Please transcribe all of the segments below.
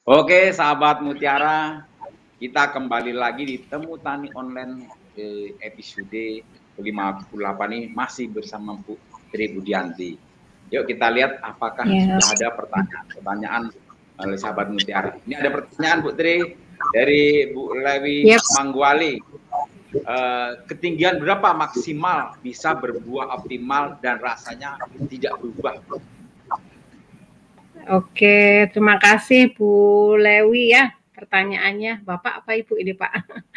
Oke, sahabat Mutiara, kita kembali lagi di Temu Tani Online episode 58 ini masih bersama Bu Tri Budianti. Yuk kita lihat apakah Ya. sudah ada pertanyaan oleh sahabat Mutiara. Ini ada pertanyaan Bu Tri dari Bu Lewi Mangguali. Ketinggian berapa maksimal bisa berbuah optimal dan rasanya tidak berubah? Oke, terima kasih Bu Lewi ya pertanyaannya. Bapak apa Ibu ini Pak?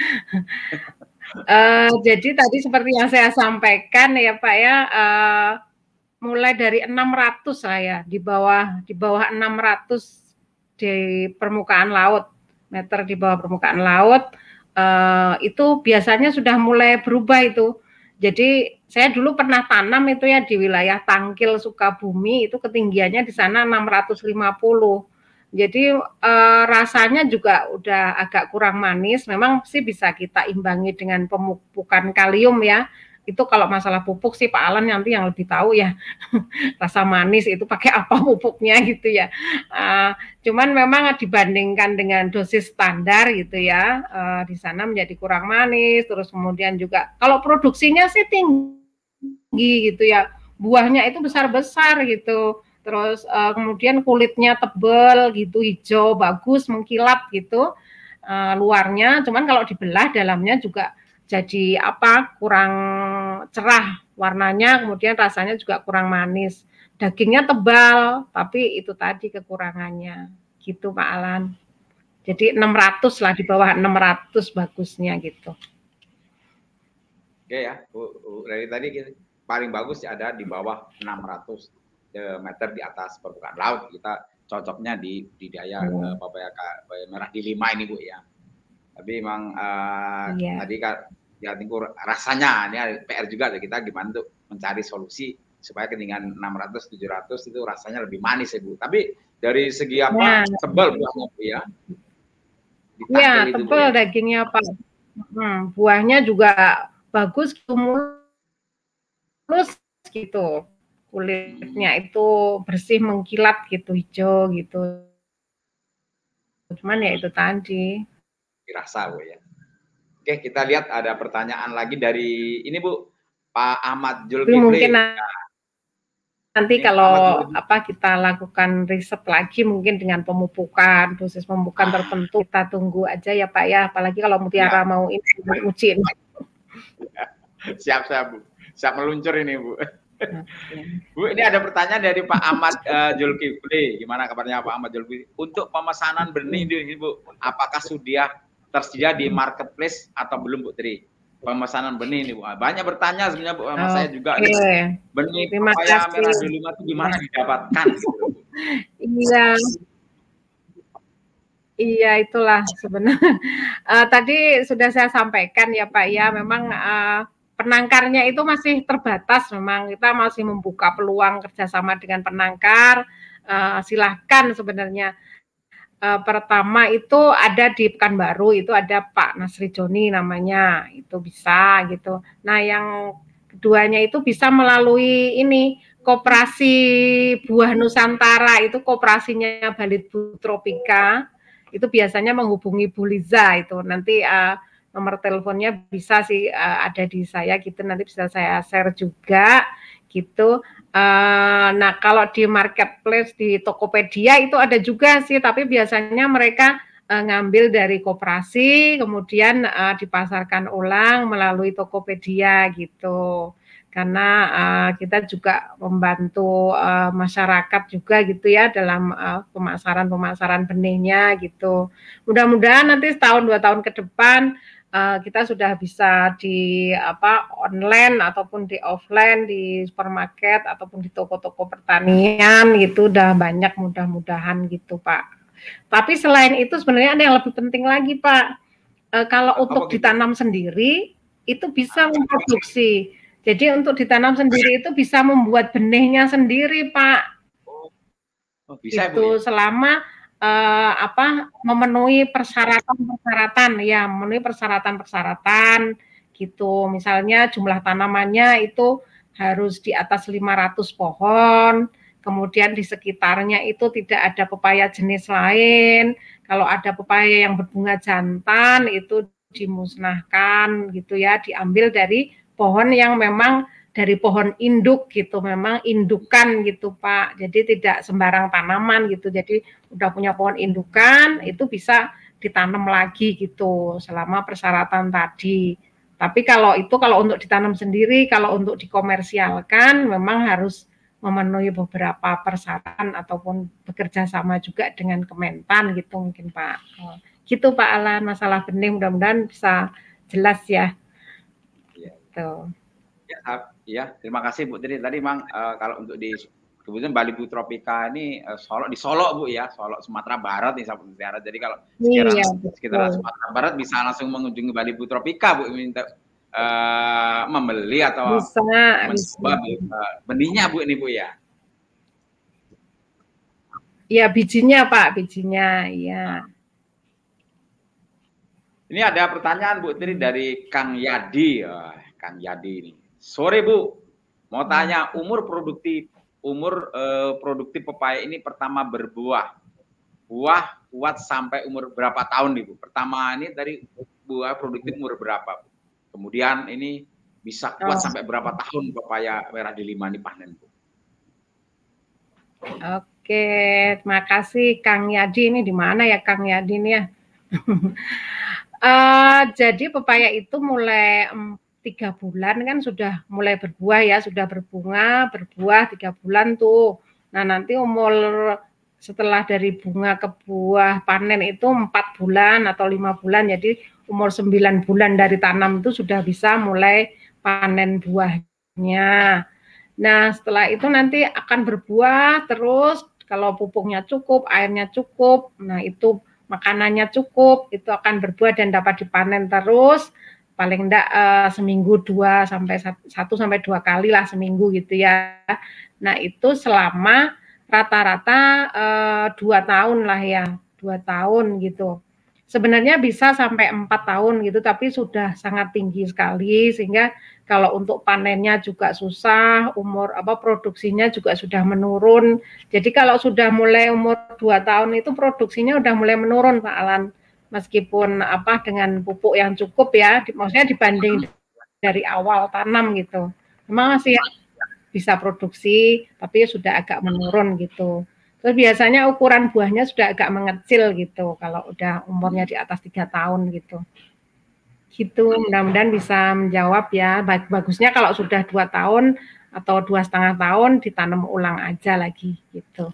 Jadi tadi seperti yang saya sampaikan ya Pak ya, mulai dari 600 lah ya, di bawah 600 di permukaan laut, meter di bawah permukaan laut, itu biasanya sudah mulai berubah itu. Jadi saya dulu pernah tanam itu ya di wilayah Tangkil Sukabumi, itu ketinggiannya di sana 650. Jadi rasanya juga udah agak kurang manis. Memang sih bisa kita imbangi dengan pemupukan kalium ya. Itu kalau masalah pupuk sih Pak Alan nanti yang lebih tahu ya. Rasa manis itu pakai apa pupuknya gitu ya. Cuman memang dibandingkan dengan dosis standar gitu ya, di sana menjadi kurang manis. Terus kemudian juga kalau produksinya sih tinggi gitu ya, buahnya itu besar-besar gitu. Terus kemudian kulitnya tebal gitu, hijau, bagus, mengkilap gitu luarnya. Cuman kalau dibelah dalamnya juga jadi kurang cerah warnanya, kemudian rasanya juga kurang manis. Dagingnya tebal, tapi itu tadi kekurangannya. Gitu Pak Alan. Jadi 600 lah, di bawah 600 bagusnya gitu. Oke ya, dari tadi paling bagus ada di bawah 600 meter di atas permukaan laut. Kita cocoknya di budidaya papaya merah di 5 ini Bu ya. Tapi memang tadi Kak ya rasanya ini PR juga kita gimana tuh mencari solusi supaya ketinggian 600 700 itu rasanya lebih manis ya Bu. Tapi dari segi tebal buahnya Bu ya. Iya, tebal dagingnya Pak. Buahnya juga bagus, mulus gitu. Kulitnya itu bersih mengkilat gitu, hijau gitu. Cuman ya itu tadi. Dirasa Bu ya. Oke, kita lihat ada pertanyaan lagi dari ini Bu, Pak Ahmad Zulkifli. Mungkin nanti kalau kita lakukan riset lagi mungkin dengan pemupukan, dosis pemupukan tertentu kita tunggu aja ya Pak ya. Apalagi kalau Mutiara mau ini uji. Siap Bu. Siap meluncur ini Bu. Bu, ini ada pertanyaan dari Pak Ahmad Zulkifli. Gimana kabarnya Pak Ahmad Zulkifli? Untuk pemesanan benih ini Bu, apakah sudah tersedia di marketplace atau belum Bu Tri? Pemesanan benih ini Bu. Banyak bertanya sebenarnya Bu, sama saya juga. Benih papaya merah delima itu gimana didapatkan? Gitu, Bu? Iya itulah sebenarnya. Tadi sudah saya sampaikan ya Pak ya, memang penangkarnya itu masih terbatas. Memang kita masih membuka peluang kerjasama dengan penangkar. Silahkan sebenarnya. Pertama itu ada di Pekanbaru, itu ada Pak Nasri Joni namanya, itu bisa gitu. Nah yang keduanya itu bisa melalui ini Koperasi Buah Nusantara, itu koperasinya Balitbu Tropika, itu biasanya menghubungi Bu Liza itu. Nanti nomor teleponnya bisa sih ada di saya gitu, nanti bisa saya share juga gitu. Nah kalau di marketplace di Tokopedia itu ada juga sih, tapi biasanya mereka ngambil dari koperasi, kemudian dipasarkan ulang melalui Tokopedia gitu. Karena kita juga membantu masyarakat juga gitu ya dalam pemasaran benihnya gitu. Mudah-mudahan nanti setahun 2 tahun ke depan kita sudah bisa di online ataupun di offline di supermarket ataupun di toko-toko pertanian gitu udah banyak mudah-mudahan gitu Pak. Tapi selain itu sebenarnya ada yang lebih penting lagi Pak. Kalau untuk ditanam sendiri itu bisa memproduksi. Jadi untuk ditanam sendiri itu bisa membuat benihnya sendiri Pak. Bisa itu Bu, ya? Selama memenuhi persyaratan ya, memenuhi persyaratan gitu. Misalnya jumlah tanamannya itu harus di atas 500 pohon, kemudian di sekitarnya itu tidak ada pepaya jenis lain. Kalau ada pepaya yang berbunga jantan itu dimusnahkan gitu ya, diambil dari pohon yang memang dari pohon induk gitu, memang indukan gitu Pak. Jadi tidak sembarang tanaman gitu. Jadi udah punya pohon indukan itu bisa ditanam lagi gitu selama persyaratan tadi. Tapi kalau untuk ditanam sendiri, kalau untuk dikomersialkan memang harus memenuhi beberapa persyaratan ataupun bekerja sama juga dengan Kementan gitu mungkin Pak. Gitu Pak Alan, masalah benih mudah-mudahan bisa jelas ya. Iya. Tuh. Ya, terima kasih Bu Tri. Tadi memang kalau untuk di kebetulan Bali Bu Tropika ini di Solo Bu ya, Solo Sumatera Barat nih Sahabat Mutiara. Jadi kalau sekitar Sumatera Barat bisa langsung mengunjungi Bali Bu Tropika Bu, minta membeli atau mencoba benihnya Bu ini Bu ya. Iya bijinya Pak, bijinya ya. Ini ada pertanyaan Bu Tri dari Kang Yadi. Kang Yadi ini. Sore Bu, mau tanya umur produktif pepaya ini pertama berbuah. Buah kuat sampai umur berapa tahun nih Bu? Pertama ini dari buah produktif umur berapa Bu? Kemudian ini bisa kuat sampai berapa tahun pepaya merah delima ini panen Bu? Oke, terima kasih Kang Yadi. Ini di mana ya Kang Yadi ini ya? Jadi pepaya itu mulai 3 bulan kan sudah mulai berbuah ya, sudah berbunga, berbuah 3 bulan tuh. Nah nanti umur setelah dari bunga ke buah panen itu 4 bulan atau 5 bulan, jadi umur 9 bulan dari tanam itu sudah bisa mulai panen buahnya. Nah setelah itu nanti akan berbuah terus, kalau pupuknya cukup, airnya cukup, nah itu makanannya cukup, itu akan berbuah dan dapat dipanen terus, paling enggak seminggu 2 sampai 1 sampai 2 kali lah seminggu gitu ya. Nah itu selama rata-rata 2 tahun lah ya, 2 tahun gitu. Sebenarnya bisa sampai 4 tahun gitu, tapi sudah sangat tinggi sekali sehingga kalau untuk panennya juga susah, produksinya juga sudah menurun. Jadi kalau sudah mulai umur 2 tahun itu produksinya udah mulai menurun Pak Alan. Meskipun dengan pupuk yang cukup ya, maksudnya dibanding dari awal tanam gitu. Memang masih bisa produksi, tapi sudah agak menurun gitu. Terus biasanya ukuran buahnya sudah agak mengecil gitu, kalau udah umurnya di atas 3 tahun gitu. Gitu, mudah-mudahan bisa menjawab ya. Bagusnya kalau sudah 2 tahun atau 2,5 tahun ditanam ulang aja lagi gitu.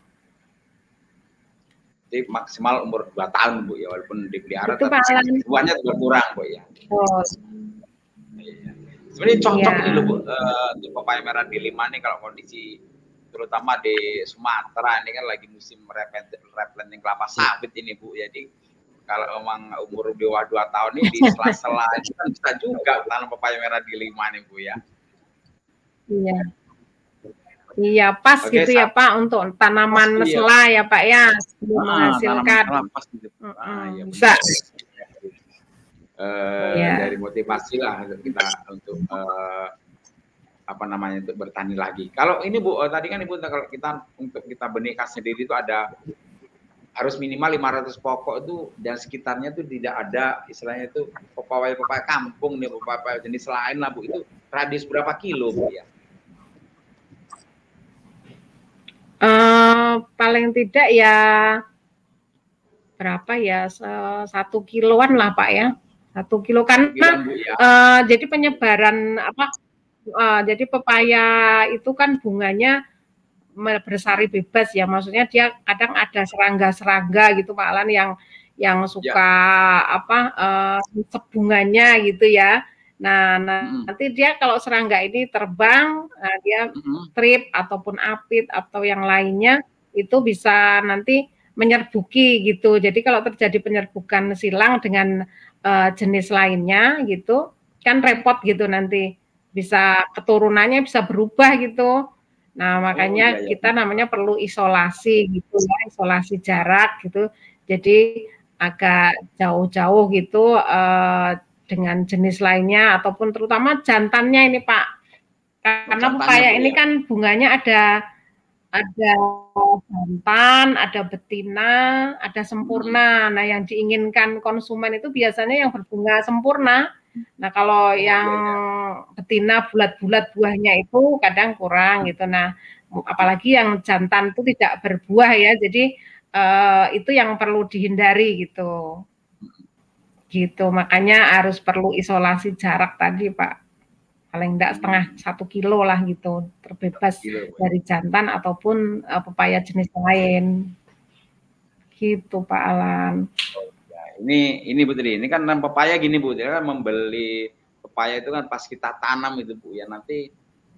Jadi maksimal umur 2 tahun Bu ya, walaupun dipelihara itu tapi buahnya berkurang Bu ya. Oh. Sebenarnya cocok ini loh Bu, untuk pepaya merah delima nih kalau kondisi terutama di Sumatera ini kan lagi musim replanting kelapa sawit ini Bu. Jadi kalau memang umur di bawah 2 tahun ini di sela-sela itu kan bisa juga tanam pepaya merah delima nih Bu ya. Iya. Iya pas gitu ya Pak untuk tanaman sela ya Pak ya, menghasilkan. Pas gitu. Ya, bisa. Dari motivasi lah kita untuk untuk bertani lagi. Kalau ini Bu, tadi kan Ibu kalau untuk kita benihkan sendiri itu ada harus minimal 500 pokok itu dan sekitarnya itu tidak ada istilahnya itu pepaya kampung nih, pepaya jenis lain lah Bu. Itu radius berapa kilo Bu ya? Paling tidak ya berapa ya 1 kiloan lah Pak ya. 1 kilo karena jadi penyebaran jadi pepaya itu kan bunganya bersari bebas ya, maksudnya dia kadang ada serangga-serangga gitu Pak Alan yang suka bunganya gitu ya. Nah nanti dia kalau serangga ini terbang, dia trip ataupun apit atau yang lainnya itu bisa nanti menyerbuki gitu. Jadi kalau terjadi penyerbukan silang dengan jenis lainnya gitu, kan repot gitu nanti. Bisa keturunannya bisa berubah gitu. Nah, makanya kita namanya perlu isolasi gitu ya, isolasi jarak gitu. Jadi agak jauh-jauh gitu dengan jenis lainnya ataupun terutama jantannya ini Pak. Karena pepaya ini kan bunganya ada ada jantan, ada betina, ada sempurna. Nah, yang diinginkan konsumen itu biasanya yang berbunga sempurna. Nah, kalau yang betina bulat-bulat buahnya itu kadang kurang gitu. Nah, apalagi yang jantan itu tidak berbuah ya. Jadi itu yang perlu dihindari gitu. Gitu. Makanya harus perlu isolasi jarak tadi, Pak. Paling enggak setengah 1 kilo lah gitu, terbebas dari jantan ataupun pepaya jenis lain. Gitu Pak Alan. Ya, ini Bu Tri, ini kan pepaya gini Bu, ya kan membeli pepaya itu kan pas kita tanam itu Bu ya, nanti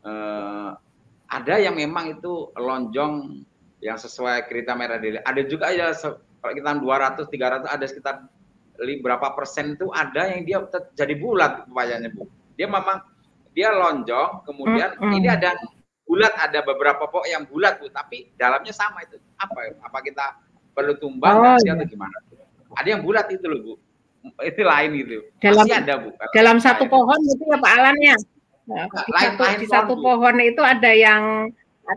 ada yang memang itu lonjong yang sesuai kriteria merah dili. Ada juga ya kalau kita 200 300 ada sekitar berapa persen itu ada yang dia jadi bulat pepayanya Bu. Dia memang dia lonjong, kemudian ini ada bulat, ada beberapa pokok yang bulat Bu, tapi dalamnya sama itu. Apa kita perlu tumbang kasih atau gimana? Ada yang bulat itu loh Bu. Itu lain gitu. Masih ada Bu. Dalam satu pohon itu ya Pak Alan ya. Nah, di satu pohon itu ada yang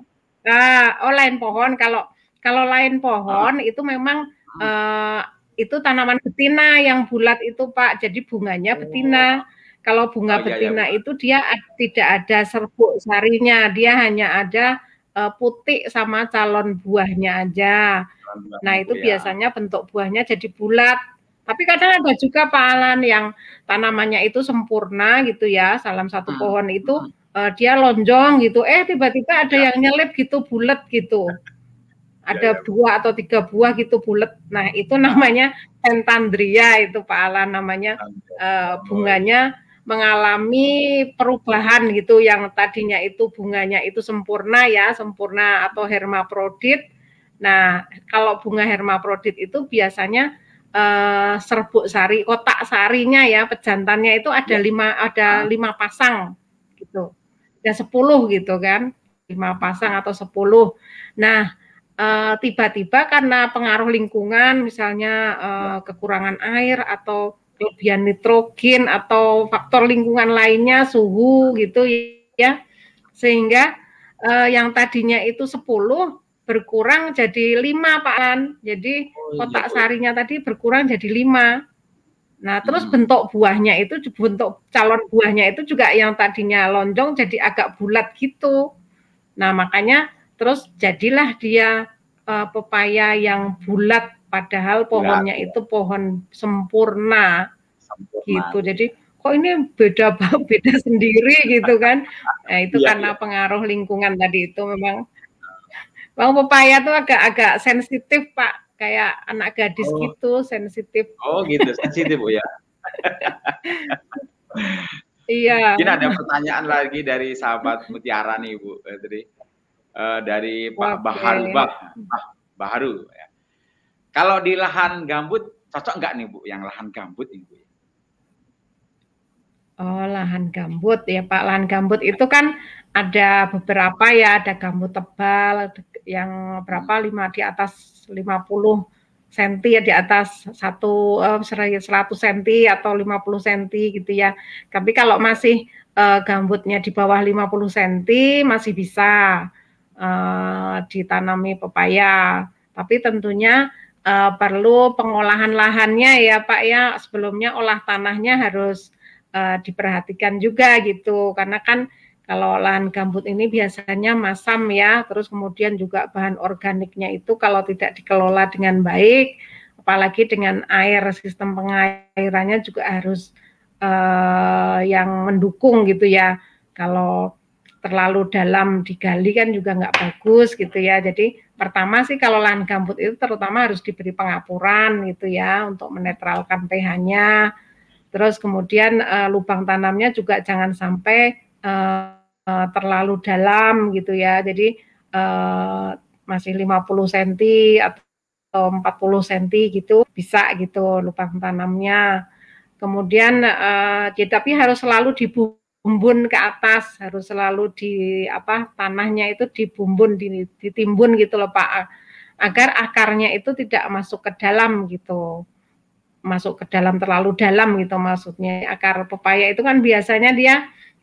lain pohon. Kalau lain pohon itu memang itu tanaman betina yang bulat itu Pak. Jadi bunganya betina. Kalau bunga betina itu dia tidak ada serbuk sarinya, dia hanya ada putih sama calon buahnya aja. Nah itu biasanya bentuk buahnya jadi bulat. Tapi kadang ada juga Pak Alan yang tanamannya itu sempurna gitu ya, dalam satu pohon itu dia lonjong gitu, tiba-tiba ada yang nyelip gitu bulat gitu. Ada 2 atau 3 buah gitu bulat. Nah itu namanya Pentandria itu Pak Alan namanya, bunganya mengalami perubahan gitu, yang tadinya itu bunganya itu sempurna ya, sempurna atau hermafrodit. Nah kalau bunga hermafrodit itu biasanya serbuk sari, kotak sarinya ya, pejantannya itu ada 5 pasang gitu, ada 10 gitu kan, 5 pasang atau 10. Nah tiba-tiba karena pengaruh lingkungan, misalnya kekurangan air atau kelebihan nitrogen atau faktor lingkungan lainnya, suhu gitu ya, sehingga yang tadinya itu 10 berkurang jadi 5 Pak An. Jadi kotak sarinya tadi berkurang jadi 5. Nah terus bentuk buahnya itu, bentuk calon buahnya itu juga yang tadinya lonjong jadi agak bulat gitu. Nah makanya terus jadilah dia pepaya yang bulat, padahal pohonnya itu pohon sempurna gitu. Jadi kok ini beda sendiri gitu kan. Nah itu karena pengaruh lingkungan tadi itu memang pepaya tuh agak sensitif Pak, kayak anak gadis gitu, sensitif. Oh gitu, sensitif Bu ya. Iya. Mungkin ada pertanyaan lagi dari sahabat Mutiara nih Bu, dari Pak Baharu. Ya. Kalau di lahan gambut cocok nggak nih Bu, yang lahan gambut ini Bu? Oh lahan gambut ya Pak, lahan gambut itu kan ada beberapa ya, ada gambut tebal yang berapa di atas 50 cm ya, di atas 100 cm atau 50 cm gitu ya. Tapi kalau masih gambutnya di bawah 50 cm masih bisa ditanami pepaya. Tapi tentunya perlu pengolahan lahannya ya Pak ya, sebelumnya olah tanahnya harus diperhatikan juga gitu, karena kan kalau lahan gambut ini biasanya masam ya, terus kemudian juga bahan organiknya itu kalau tidak dikelola dengan baik, apalagi dengan air, sistem pengairannya juga harus yang mendukung gitu ya. Kalau terlalu dalam digali kan juga nggak bagus gitu ya. Jadi pertama sih kalau lahan gambut itu terutama harus diberi pengapuran gitu ya untuk menetralkan pH-nya. Terus kemudian lubang tanamnya juga jangan sampai terlalu dalam gitu ya. Jadi masih 50 cm atau 40 cm gitu bisa gitu lubang tanamnya. Kemudian tapi harus selalu dibumbun ke atas, harus selalu tanahnya itu dibumbun, ditimbun gitu loh Pak, agar akarnya itu tidak masuk ke dalam gitu. Masuk ke dalam terlalu dalam gitu maksudnya. Akar pepaya itu kan biasanya dia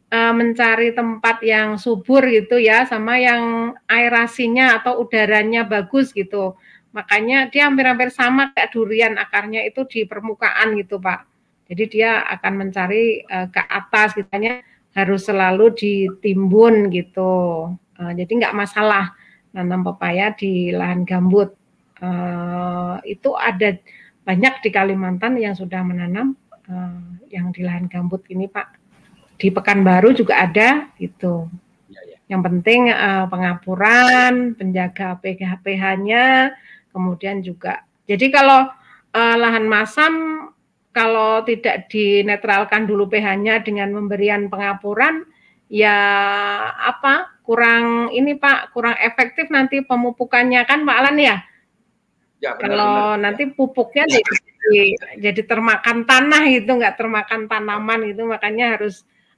mencari tempat yang subur gitu ya, sama yang aerasinya atau udaranya bagus gitu. Makanya dia hampir-hampir sama kayak durian, akarnya itu di permukaan gitu Pak. Jadi dia akan mencari ke atas, kitanya harus selalu ditimbun gitu. Jadi nggak masalah nanam pepaya di lahan gambut. Itu ada banyak di Kalimantan yang sudah menanam yang di lahan gambut ini Pak. Di Pekanbaru juga ada gitu. Yang penting pengapuran, penjaga pH-nya, kemudian juga. Jadi kalau lahan masam kalau tidak dinetralkan dulu pH-nya dengan memberian pengapuran, ya apa kurang ini Pak, kurang efektif nanti pemupukannya kan Pak Alan ya. Ya, kalau nanti pupuknya jadi termakan tanah gitu, nggak termakan tanaman gitu, makanya harus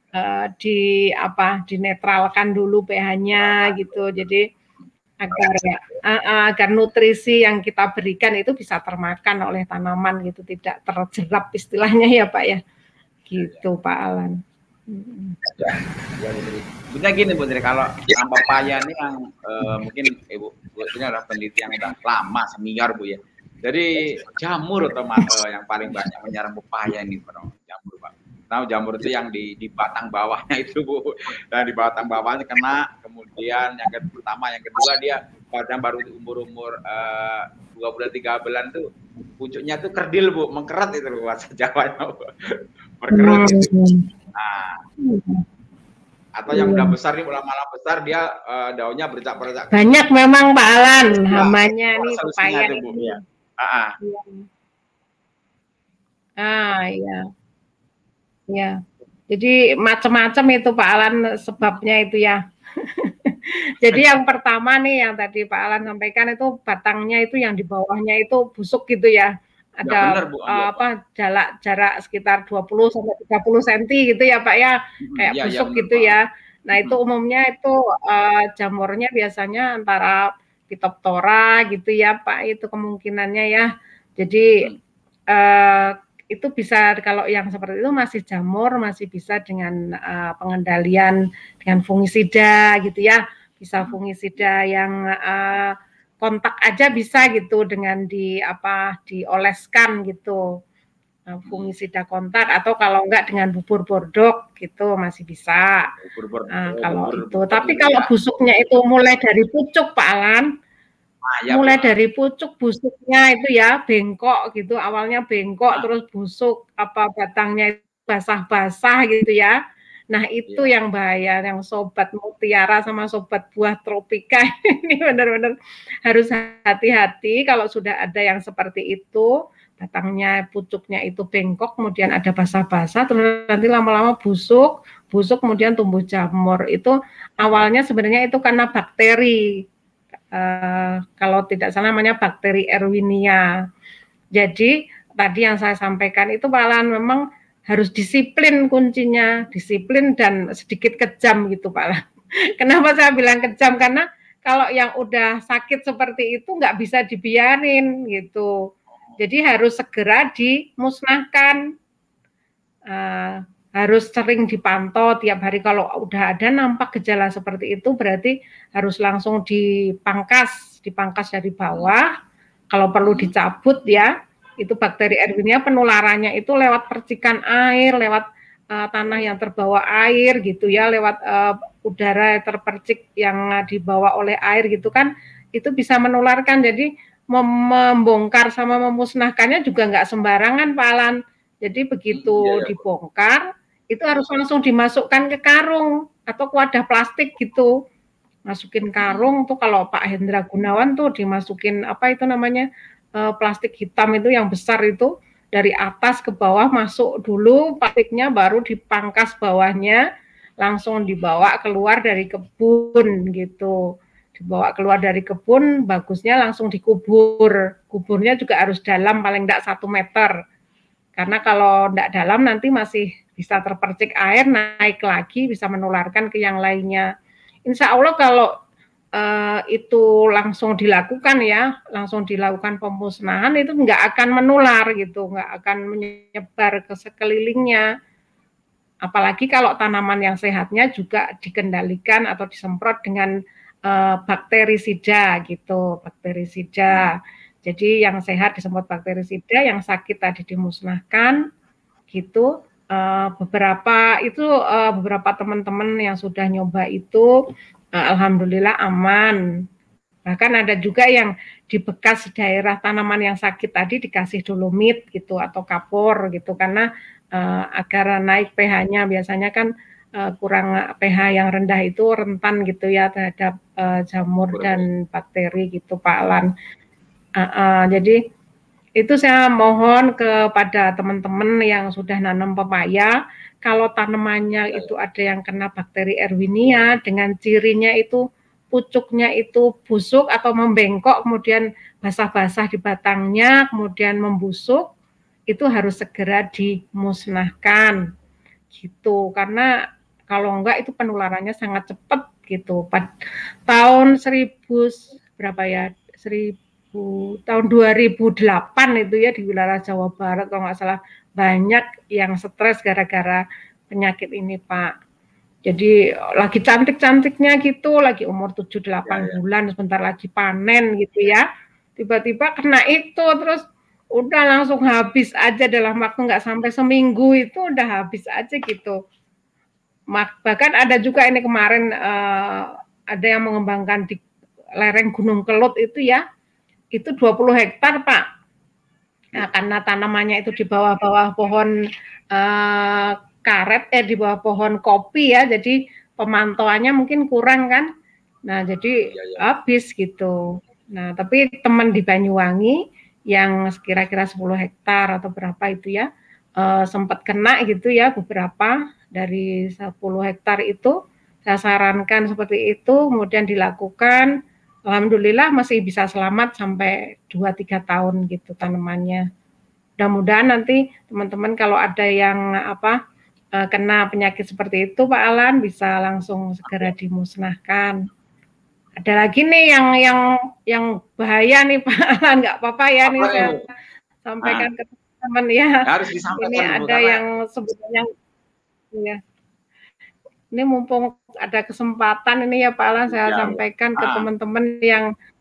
dinetralkan dulu pH-nya gitu. Jadi agar nutrisi yang kita berikan itu bisa termakan oleh tanaman gitu, tidak terjerap istilahnya ya Pak ya. Gitu Pak Alan. Ya, Bunda gini Bu Tri, kalau pepaya ini yang mungkin Ibu ini adalah peneliti yang udah lama, senior Bu ya. Jadi jamur yang paling banyak menyerang pepaya ini, jamur Pak. Tahu jamur itu yang di batang bawahnya itu Bu, dan di batang bawahnya kena, kemudian yang pertama, yang kedua dia pada baru umur 2 bulan 3 bulan tuh pucuknya tuh kerdil Bu, mengkeret itu bahasa Jawanya Bu. Berkerut gitu. Nah, atau yang udah besar nih, lama-lama besar dia daunnya bercak-bercak. Banyak memang Pak Alan, hamanya nih pepaya itu, Bu. ini. Ya. Iya. Ya. Jadi macam-macam itu Pak Alan sebabnya itu ya. Jadi yang pertama nih yang tadi Pak Alan sampaikan itu batangnya itu yang di bawahnya itu busuk gitu ya. Ada ya benar, Bu. jarak sekitar 20 sampai 30 cm gitu ya Pak ya. Kayak ya, busuk ya, gitu ya. Nah, itu umumnya itu jamurnya biasanya antara Phytophthora gitu ya Pak, itu kemungkinannya ya. Jadi itu bisa, kalau yang seperti itu masih jamur, masih bisa dengan pengendalian dengan fungisida gitu ya. Bisa fungisida yang kontak aja bisa gitu, dengan dioleskan gitu, fungisida kontak, atau kalau enggak dengan bubur bordok gitu masih bisa. Kalau itu, tapi kalau busuknya itu mulai dari pucuk Pak Alan, mulai dari pucuk busuknya itu ya bengkok gitu, awalnya bengkok terus busuk, batangnya basah-basah gitu ya. Nah, itu yang bahaya, yang sobat mutiara sama sobat buah tropika ini benar-benar harus hati-hati kalau sudah ada yang seperti itu, batangnya, pucuknya itu bengkok, kemudian ada basah-basah, terus nanti lama-lama busuk kemudian tumbuh jamur. Itu awalnya sebenarnya itu karena bakteri. Kalau tidak salah namanya bakteri Erwinia. Jadi tadi yang saya sampaikan itu Pak memang harus disiplin kuncinya, disiplin dan sedikit kejam gitu Pak. Kenapa saya bilang kejam? Karena kalau yang udah sakit seperti itu nggak bisa dibiarin gitu. Jadi harus segera dimusnahkan. Harus sering dipantau tiap hari. Kalau udah ada nampak gejala seperti itu, berarti harus langsung dipangkas dari bawah. Kalau perlu dicabut ya. Itu bakteri Erwinia penularannya itu lewat percikan air, lewat tanah yang terbawa air gitu ya, lewat udara terpercik yang dibawa oleh air gitu kan, itu bisa menularkan. Jadi membongkar sama memusnahkannya juga nggak sembarangan Pak Alan. Jadi begitu dibongkar, itu harus langsung dimasukkan ke karung atau ke wadah plastik gitu. Masukin karung tuh, kalau Pak Hendra Gunawan tuh dimasukin apa itu namanya, plastik hitam itu yang besar itu, dari atas ke bawah masuk dulu plastiknya, baru dipangkas bawahnya, langsung dibawa keluar dari kebun gitu. Dibawa keluar dari kebun, bagusnya langsung dikubur. Kuburnya juga harus dalam, paling enggak 1 meter. Karena kalau enggak dalam nanti masih bisa terpercik air, naik lagi, bisa menularkan ke yang lainnya. Insya Allah kalau itu langsung dilakukan ya, langsung dilakukan pemusnahan, itu nggak akan menular gitu, nggak akan menyebar ke sekelilingnya. Apalagi kalau tanaman yang sehatnya juga dikendalikan atau disemprot dengan bakterisida gitu, bakterisida. Jadi yang sehat disemprot bakterisida, yang sakit tadi dimusnahkan gitu. Beberapa teman-teman yang sudah nyoba itu alhamdulillah aman. Bahkan ada juga yang di bekas daerah tanaman yang sakit tadi dikasih dolomit gitu atau kapur gitu, karena agar naik pH-nya. Biasanya kan kurang pH yang rendah itu rentan gitu ya terhadap jamur dan bakteri gitu Pak Alan. Jadi itu saya mohon kepada teman-teman yang sudah nanam pepaya, kalau tanamannya itu ada yang kena bakteri Erwinia dengan cirinya itu pucuknya itu busuk atau membengkok, kemudian basah-basah di batangnya, kemudian membusuk, itu harus segera dimusnahkan gitu. Karena kalau enggak itu penularannya sangat cepat gitu. Tahun 2008 itu ya di wilayah Jawa Barat kalau nggak salah banyak yang stres gara-gara penyakit ini Pak. Jadi lagi cantik-cantiknya gitu, lagi umur 7-8 bulan, sebentar lagi panen gitu ya. Tiba-tiba kena itu, terus udah langsung habis aja dalam waktu nggak sampai seminggu itu udah habis aja gitu. Bahkan ada juga ini kemarin ada yang mengembangkan di lereng Gunung Kelut itu ya, itu 20 hektar Pak. Nah, karena tanamannya itu di bawah-bawah pohon karet, di bawah pohon kopi ya, jadi pemantauannya mungkin kurang kan. Nah, jadi habis gitu. Nah, tapi teman di Banyuwangi yang kira-kira 10 hektar atau berapa itu ya, sempat kena gitu ya beberapa dari 10 hektar itu. Saya sarankan seperti itu, kemudian dilakukan. Alhamdulillah masih bisa selamat sampai 2-3 tahun gitu tanamannya. Mudah-mudahan nanti teman-teman kalau ada yang kena penyakit seperti itu Pak Alan bisa langsung segera dimusnahkan. Ada lagi nih yang bahaya nih Pak Alan, nggak apa-apa ya nih saya sampaikan ke teman-teman ya. Harus disampaikan, ini ada yang sebetulnya ya. Ini mumpung ada kesempatan ini ya Pak Alan saya sampaikan ke teman-teman yang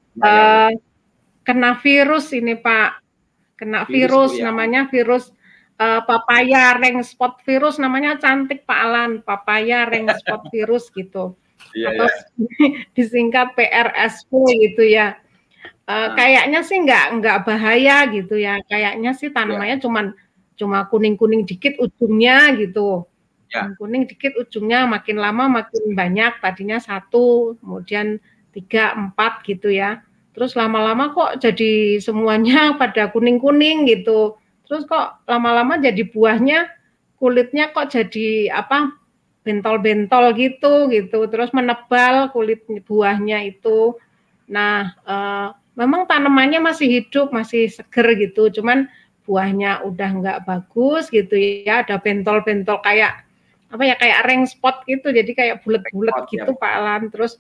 kena virus ini Pak. Kena virus namanya virus papaya ring spot virus, namanya cantik Pak Alan, papaya ring spot virus gitu. Atau disingkat PRSV gitu ya. Kayaknya sih nggak bahaya gitu ya. Kayaknya sih tanamannya cuma kuning-kuning dikit ujungnya gitu. Kuning dikit ujungnya, makin lama makin banyak, tadinya 1, kemudian 3, 4 gitu ya. Terus lama-lama kok jadi semuanya pada kuning-kuning gitu. Terus kok lama-lama jadi buahnya kulitnya kok jadi bentol-bentol gitu. Terus menebal kulit buahnya itu. Nah, memang tanamannya masih hidup, masih seger gitu. Cuman buahnya udah nggak bagus gitu ya. Ada bentol-bentol kayak kayak ring spot gitu, jadi kayak bulat-bulat gitu Pak Alan. Terus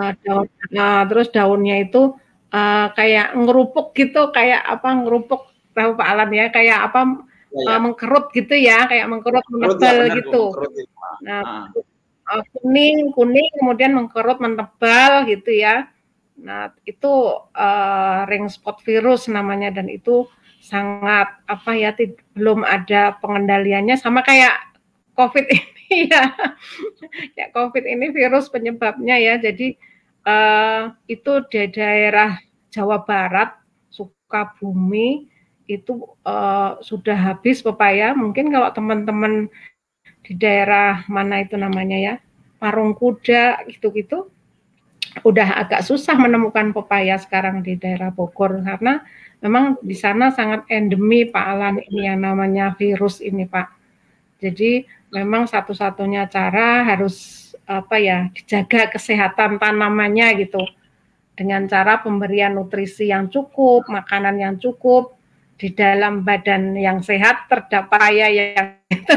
terus daunnya itu kayak ngerupuk gitu, kayak ngerupuk, tahu Pak Alan ya, kayak mengkerut gitu ya, kayak mengkerut menebal gitu. Nah, kuning kemudian mengkerut menebal gitu ya. Nah, itu ring spot virus namanya, dan itu sangat belum ada pengendaliannya, sama kayak COVID ini ya. Kayak COVID ini virus penyebabnya ya. Jadi itu di daerah Jawa Barat, Sukabumi itu sudah habis pepaya. Mungkin kalau teman-teman di daerah mana itu namanya ya, Parungkuda gitu-gitu, udah agak susah menemukan pepaya sekarang di daerah Bogor, karena memang di sana sangat endemi Pak Alan ini yang namanya virus ini Pak. Jadi memang satu-satunya cara harus dijaga kesehatan tanamannya gitu, dengan cara pemberian nutrisi yang cukup, makanan yang cukup, di dalam badan yang sehat terdapat pepaya yang itu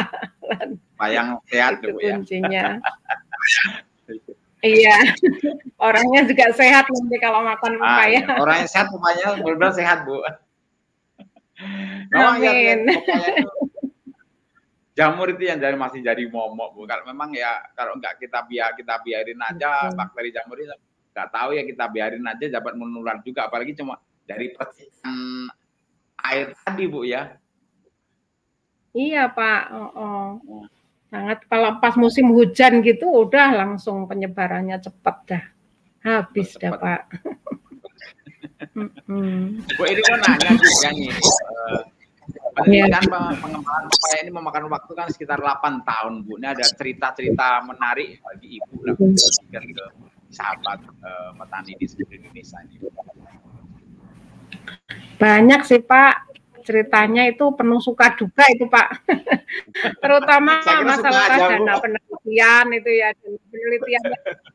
yang sehat itu kuncinya. Iya, orangnya juga sehat nanti kalau makan pepaya. Orangnya sehat, pepayanya benar-benar sehat Bu. Amin. Jamur itu yang masih jadi momok, Bu. Kalau memang ya kalau nggak kita biarin aja bakteri jamur itu nggak tahu ya, kita biarin aja dapat menular juga, apalagi cuma dari percikan air tadi, Bu, ya. Iya, Pak. Sangat kalau pas musim hujan gitu udah langsung penyebarannya cepat dah. Habis dah, Pak. Bu, ini kan nanya juga nih. Penelitian pengembangan pepaya ini memakan waktu kan sekitar 8 tahun, Bu. Ini ada cerita-cerita menarik bagi Ibu lah, bagikan ke sahabat petani di seluruh Indonesia ini. Banyak sih, Pak. Ceritanya itu penuh suka duka itu, Pak. Terutama masalah dana penelitian itu ya, penelitian.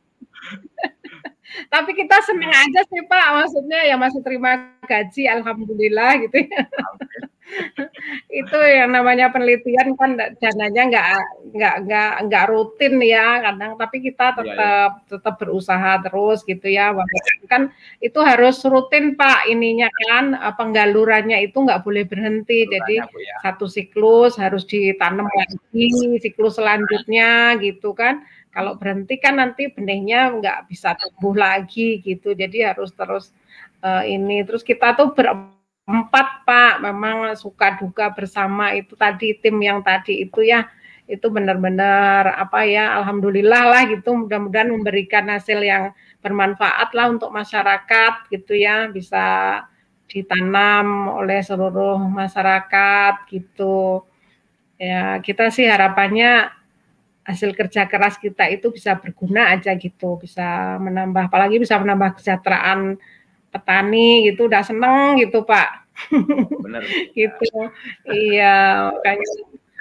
Tapi kita senang aja sih, Pak, maksudnya ya masih terima gaji, alhamdulillah gitu ya. Itu yang namanya penelitian kan dananya nggak rutin ya kadang, tapi kita tetap berusaha terus gitu ya. Kan itu harus rutin, Pak, ininya kan penggalurannya itu nggak boleh berhenti. Jadi satu siklus harus ditanam lagi, siklus selanjutnya gitu kan. Kalau berhenti kan nanti benihnya nggak bisa tumbuh lagi gitu. Jadi harus terus ini. Terus kita tuh berempat, Pak, memang suka duka bersama itu tadi, tim yang tadi itu ya, itu benar-benar apa ya, alhamdulillah lah gitu, mudah-mudahan memberikan hasil yang bermanfaat lah untuk masyarakat gitu ya, bisa ditanam oleh seluruh masyarakat gitu. Ya, kita sih harapannya hasil kerja keras kita itu bisa berguna aja gitu, bisa menambah, apalagi bisa menambah kesejahteraan petani gitu, udah seneng gitu, Pak. Benar. Gitu. Iya, makanya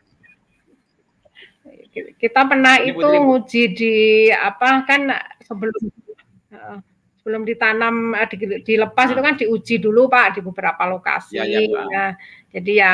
kita pernah itu nguji di apa kan sebelum ditanam dilepas itu kan diuji dulu, Pak, di beberapa lokasi. Nah, jadi ya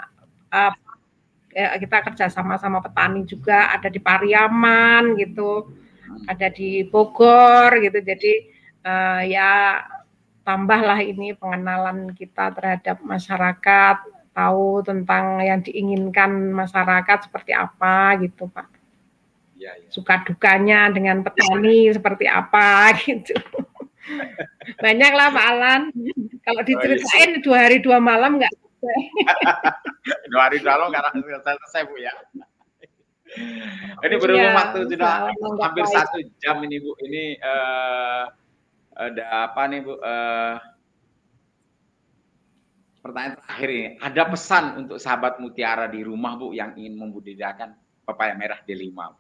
kita kerja sama petani juga, ada di Pariaman gitu, ada di Bogor gitu. Jadi ya tambahlah ini pengenalan kita terhadap masyarakat, tahu tentang yang diinginkan masyarakat seperti apa gitu, Pak. Suka dukanya dengan petani seperti apa gitu. Banyak lah, Pak Alan. Kalau diceritain 2 hari 2 malam nggak selesai. 2 hari 2 malam nggak selesai, Bu, ya. Ini berhubung waktu sudah hampir 1 jam ini, Bu. Ini ada apa nih, Bu? Pertanyaan terakhir ini, ada pesan untuk sahabat Mutiara di rumah, Bu, yang ingin membudidayakan pepaya merah D5, Bu?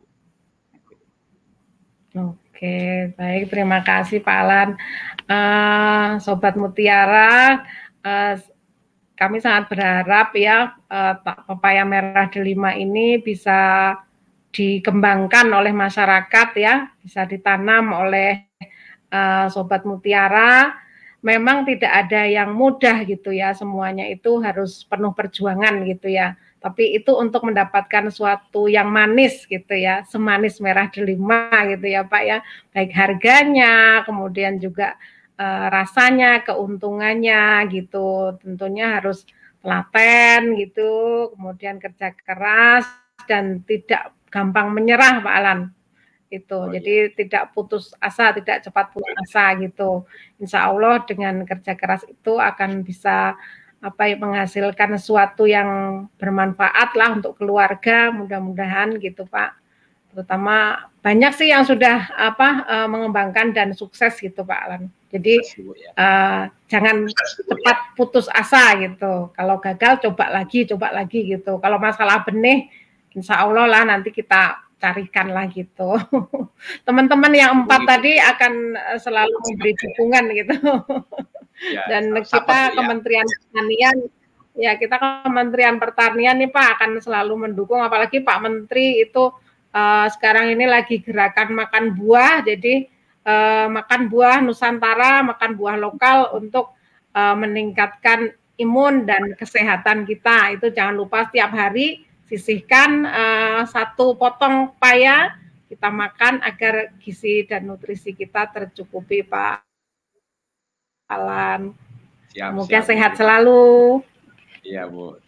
Oke, baik, terima kasih Pak Alan. Sobat Mutiara, kami sangat berharap ya pepaya merah D5 ini bisa dikembangkan oleh masyarakat ya, bisa ditanam oleh Sobat Mutiara. Memang tidak ada yang mudah gitu ya, semuanya itu harus penuh perjuangan gitu ya. Tapi itu untuk mendapatkan sesuatu yang manis gitu ya, semanis merah delima gitu ya Pak ya, baik harganya, kemudian juga rasanya, keuntungannya gitu, tentunya harus telaten gitu, kemudian kerja keras dan tidak gampang menyerah Pak Alan. Itu. Jadi tidak putus asa, tidak cepat putus asa gitu. Insya Allah dengan kerja keras itu akan bisa menghasilkan sesuatu yang bermanfaat lah untuk keluarga, mudah-mudahan gitu Pak. Terutama banyak sih yang sudah mengembangkan dan sukses gitu Pak Alan. Jadi jangan cepat putus asa gitu. Kalau gagal coba lagi gitu. Kalau masalah benih, insya Allah lah nanti kita carikan lah gitu. Teman-teman yang 4 tadi akan selalu memberi dukungan gitu. Dan kita Kementerian Pertanian, ya kita Kementerian Pertanian nih Pak akan selalu mendukung, apalagi Pak Menteri itu sekarang ini lagi gerakan makan buah, jadi makan buah Nusantara, makan buah lokal untuk meningkatkan imun dan kesehatan kita. Itu jangan lupa setiap hari sisihkan 1 potong pepaya kita makan agar gizi dan nutrisi kita tercukupi Pak Alan. Semoga sehat selalu. Iya Bu.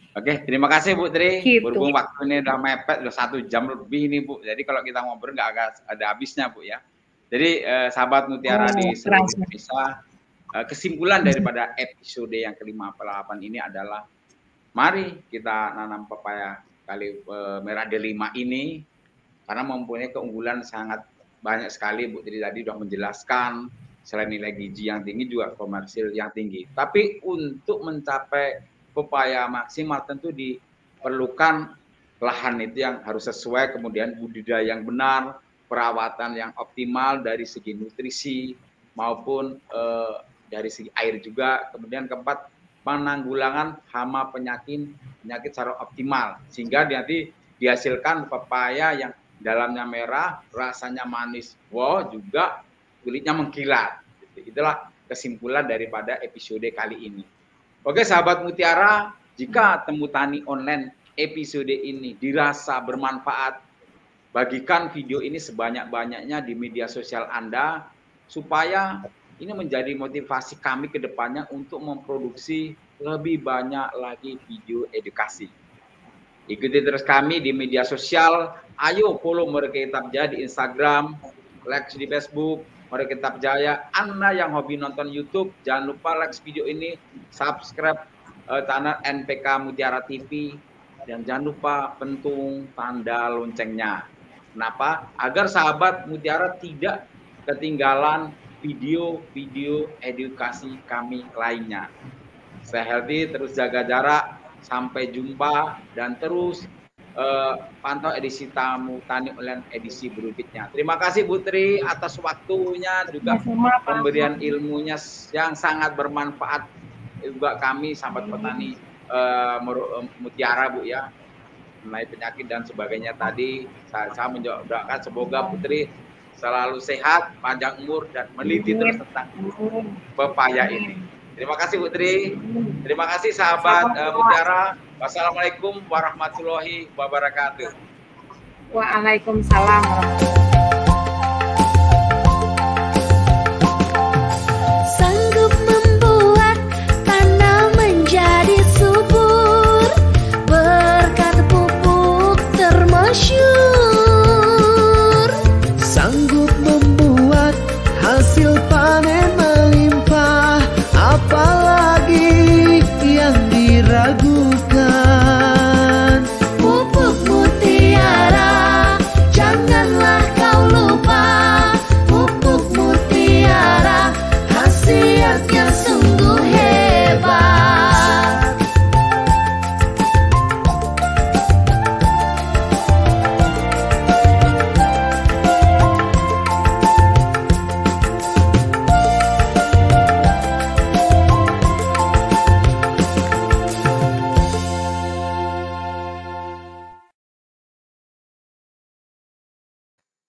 Oke, terima kasih Bu Tri. Gitu. Berhubung waktu ini udah mepet, udah 1 jam lebih nih Bu. Jadi kalau kita ngobrol nggak ada habisnya Bu ya. Jadi sahabat Mutiara di seluruh Indonesia, kesimpulan daripada episode yang ke-58 ini adalah mari kita nanam pepaya kali merah delima ini karena mempunyai keunggulan sangat banyak sekali. Bu Tri tadi sudah menjelaskan, selain nilai gizi yang tinggi juga komersil yang tinggi. Tapi untuk mencapai pepaya maksimal tentu diperlukan lahan itu yang harus sesuai, kemudian budidaya yang benar, perawatan yang optimal dari segi nutrisi maupun dari segi air juga. Kemudian keempat, penanggulangan hama penyakit secara optimal sehingga nanti dihasilkan pepaya yang dalamnya merah, rasanya manis, wow, juga kulitnya mengkilat. Itulah kesimpulan daripada episode kali ini. Oke sahabat Mutiara, jika Temu Tani Online episode ini dirasa bermanfaat, bagikan video ini sebanyak-banyaknya di media sosial Anda supaya ini menjadi motivasi kami ke depannya untuk memproduksi lebih banyak lagi video edukasi. Ikuti terus kami di media sosial, ayo follow Mereka Kitab Jaya di Instagram, like di Facebook, Mereka Kitab Jaya. Anda yang hobi nonton YouTube, jangan lupa like video ini, subscribe channel NPK Mutiara TV, dan jangan lupa pentung tanda loncengnya. Kenapa? Agar sahabat Mutiara tidak ketinggalan video-video edukasi kami lainnya. Stay healthy, terus jaga jarak, sampai jumpa, dan terus pantau edisi Temu Tani Online edisi berikutnya. Terima kasih Bu Tri atas waktunya, juga pemberian ilmunya yang sangat bermanfaat juga kami sahabat petani Mutiara Bu ya, mengenai penyakit dan sebagainya tadi. Saya mendoakan semoga Putri selalu sehat, panjang umur, dan meneliti terus tentang pepaya ini. Terima kasih Putri. Terima kasih sahabat Mutiara. Wassalamualaikum warahmatullahi wabarakatuh. Waalaikumsalam. Sanggup membuat tanah menjadi subur, berkat pupuk termasyur. Sanggup membuat hasil panen melimpah, apalagi yang diragukan.